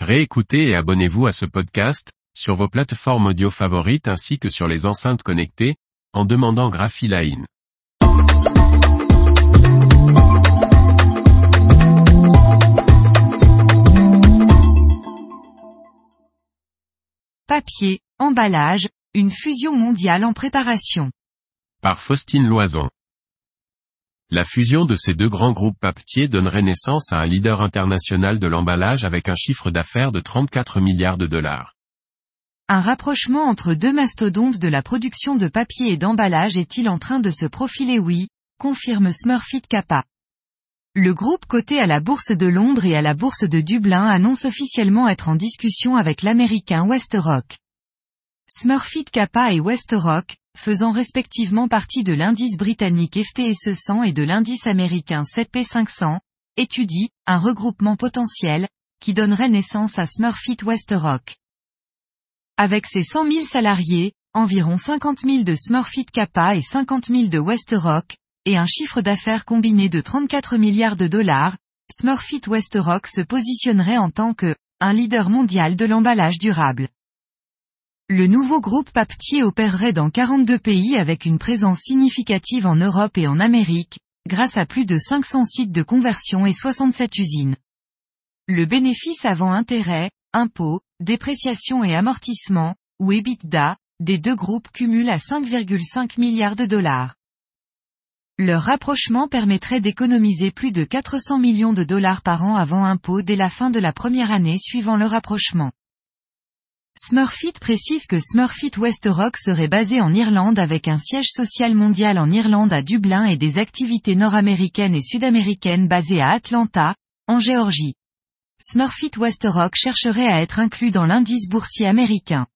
Réécoutez et abonnez-vous à ce podcast, sur vos plateformes audio favorites ainsi que sur les enceintes connectées, en demandant Graphiline. Papier, emballage, une fusion mondiale en préparation. Par Faustine Loison. La fusion de ces deux grands groupes papetiers donnerait naissance à un leader international de l'emballage avec un chiffre d'affaires de 34 milliards de dollars. Un rapprochement entre deux mastodontes de la production de papier et d'emballage est-il en train de se profiler? Oui, confirme Smurfit Kappa. Le groupe coté à la bourse de Londres et à la bourse de Dublin annonce officiellement être en discussion avec l'américain WestRock. Smurfit Kappa et WestRock, faisant respectivement partie de l'indice britannique FTSE 100 et de l'indice américain S&P 500, étudient un regroupement potentiel, qui donnerait naissance à Smurfit WestRock. Avec ses 100 000 salariés, environ 50 000 de Smurfit Kappa et 50 000 de WestRock, et un chiffre d'affaires combiné de 34 milliards de dollars, Smurfit WestRock se positionnerait en tant que un leader mondial de l'emballage durable. Le nouveau groupe papetier opérerait dans 42 pays avec une présence significative en Europe et en Amérique, grâce à plus de 500 sites de conversion et 67 usines. Le bénéfice avant intérêt, impôts, dépréciation et amortissement, ou EBITDA, des deux groupes cumule à 5,5 milliards de dollars. Leur rapprochement permettrait d'économiser plus de 400 millions de dollars par an avant impôt dès la fin de la première année suivant le rapprochement. Smurfit précise que Smurfit WestRock serait basé en Irlande avec un siège social mondial en Irlande à Dublin et des activités nord-américaines et sud-américaines basées à Atlanta, en Géorgie. Smurfit WestRock chercherait à être inclus dans l'indice boursier américain.